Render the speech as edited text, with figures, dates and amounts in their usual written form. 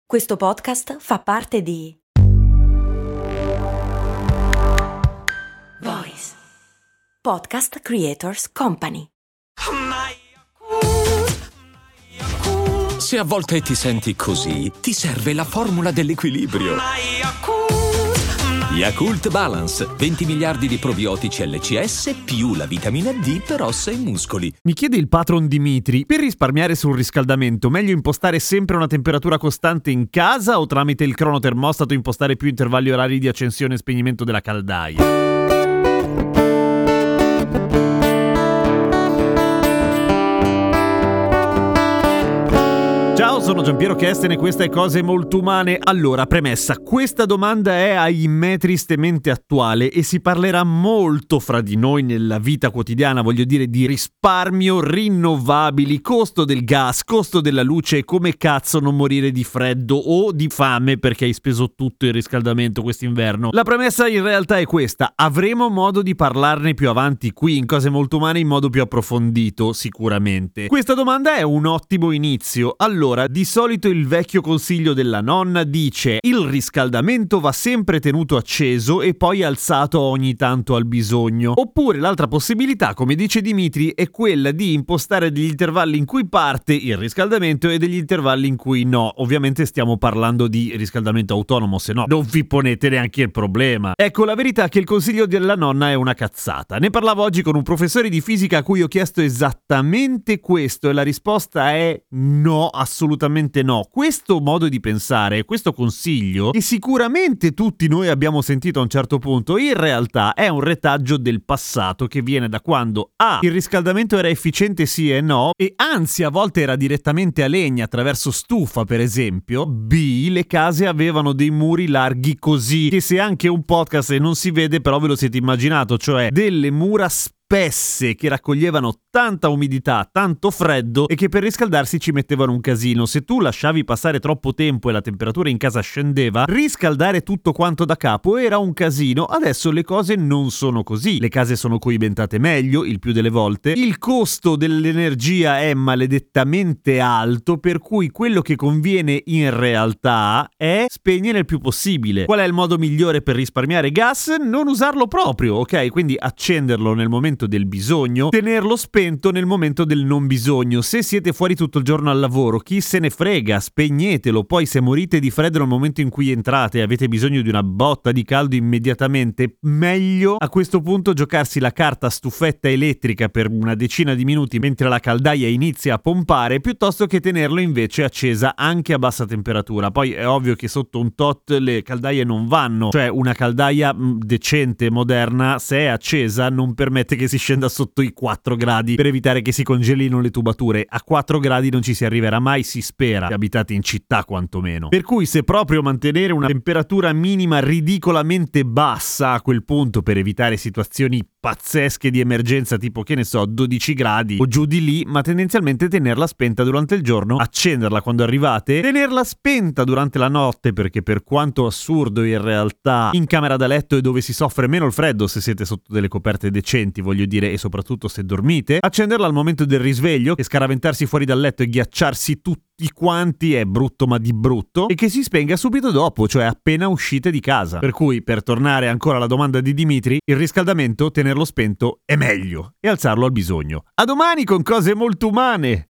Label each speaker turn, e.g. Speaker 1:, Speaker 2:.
Speaker 1: Questo podcast fa parte di Voice Podcast Creators Company.
Speaker 2: Se a volte ti senti così, ti serve la formula dell'equilibrio. Yakult Balance, 20 miliardi di probiotici LCS più la vitamina D per ossa e muscoli.
Speaker 3: Mi chiede il patron Dimitri, per risparmiare sul riscaldamento, meglio impostare sempre una temperatura costante in casa o tramite il cronotermostato impostare più intervalli orari di accensione e spegnimento della caldaia? Ciao, sono Giampiero Kesten e questa è Cose Molto Umane. Allora, premessa, questa domanda è ahimè tristemente attuale e si parlerà molto fra di noi nella vita quotidiana, voglio dire di risparmio, rinnovabili, costo del gas, costo della luce e come cazzo non morire di freddo o di fame perché hai speso tutto il riscaldamento quest'inverno. La premessa in realtà è questa, avremo modo di parlarne più avanti qui in Cose Molto Umane in modo più approfondito, sicuramente. Questa domanda è un ottimo inizio. Allora, di solito il vecchio consiglio della nonna dice il riscaldamento va sempre tenuto acceso e poi alzato ogni tanto al bisogno. Oppure l'altra possibilità, come dice Dimitri, è quella di impostare degli intervalli in cui parte il riscaldamento e degli intervalli in cui no. Ovviamente stiamo parlando di riscaldamento autonomo, se no non vi ponete neanche il problema. Ecco, la verità è che il consiglio della nonna è una cazzata. Ne parlavo oggi con un professore di fisica a cui ho chiesto esattamente questo e la risposta è no, assolutamente no. Questo modo di pensare, questo consiglio, che sicuramente tutti noi abbiamo sentito a un certo punto, in realtà è un retaggio del passato che viene da quando A. il riscaldamento era efficiente sì e no, e anzi a volte era direttamente a legna attraverso stufa per esempio. B. le case avevano dei muri larghi così, che se anche un podcast e non si vede però ve lo siete immaginato, cioè delle mura spesse che raccoglievano tanta umidità, tanto freddo e che per riscaldarsi ci mettevano un casino. Se tu lasciavi passare troppo tempo e la temperatura in casa scendeva, riscaldare tutto quanto da capo era un casino. Adesso le cose non sono così. Le case sono coibentate meglio, il più delle volte. Il costo dell'energia è maledettamente alto, per cui quello che conviene in realtà è spegnere il più possibile. Qual è il modo migliore per risparmiare gas? Non usarlo proprio, ok? Quindi accenderlo nel momento del bisogno, tenerlo spento nel momento del non bisogno. Se siete fuori tutto il giorno al lavoro, chi se ne frega, spegnetelo. Poi se morite di freddo nel momento in cui entrate e avete bisogno di una botta di caldo immediatamente, meglio a questo punto giocarsi la carta stufetta elettrica per una decina di minuti mentre la caldaia inizia a pompare, piuttosto che tenerlo invece accesa anche a bassa temperatura. Poi è ovvio che sotto un tot le caldaie non vanno, cioè una caldaia decente, moderna, se è accesa non permette che si scenda sotto i 4 gradi per evitare che si congelino le tubature. A 4 gradi non ci si arriverà mai, si spera, se abitate in città quantomeno. Per cui se proprio mantenere una temperatura minima ridicolamente bassa a quel punto per evitare situazioni pazzesche di emergenza tipo che ne so 12 gradi o giù di lì, ma tendenzialmente tenerla spenta durante il giorno, accenderla quando arrivate, tenerla spenta durante la notte perché per quanto assurdo in realtà in camera da letto è dove si soffre meno il freddo se siete sotto delle coperte decenti, voglio dire, e soprattutto se dormite, accenderla al momento del risveglio e scaraventarsi fuori dal letto e ghiacciarsi tutti quanti è brutto ma di brutto, e che si spenga subito dopo, cioè appena uscite di casa. Per cui, per tornare ancora alla domanda di Dimitri, il riscaldamento tenerlo spento è meglio e alzarlo al bisogno. A domani con Cose Molto Umane!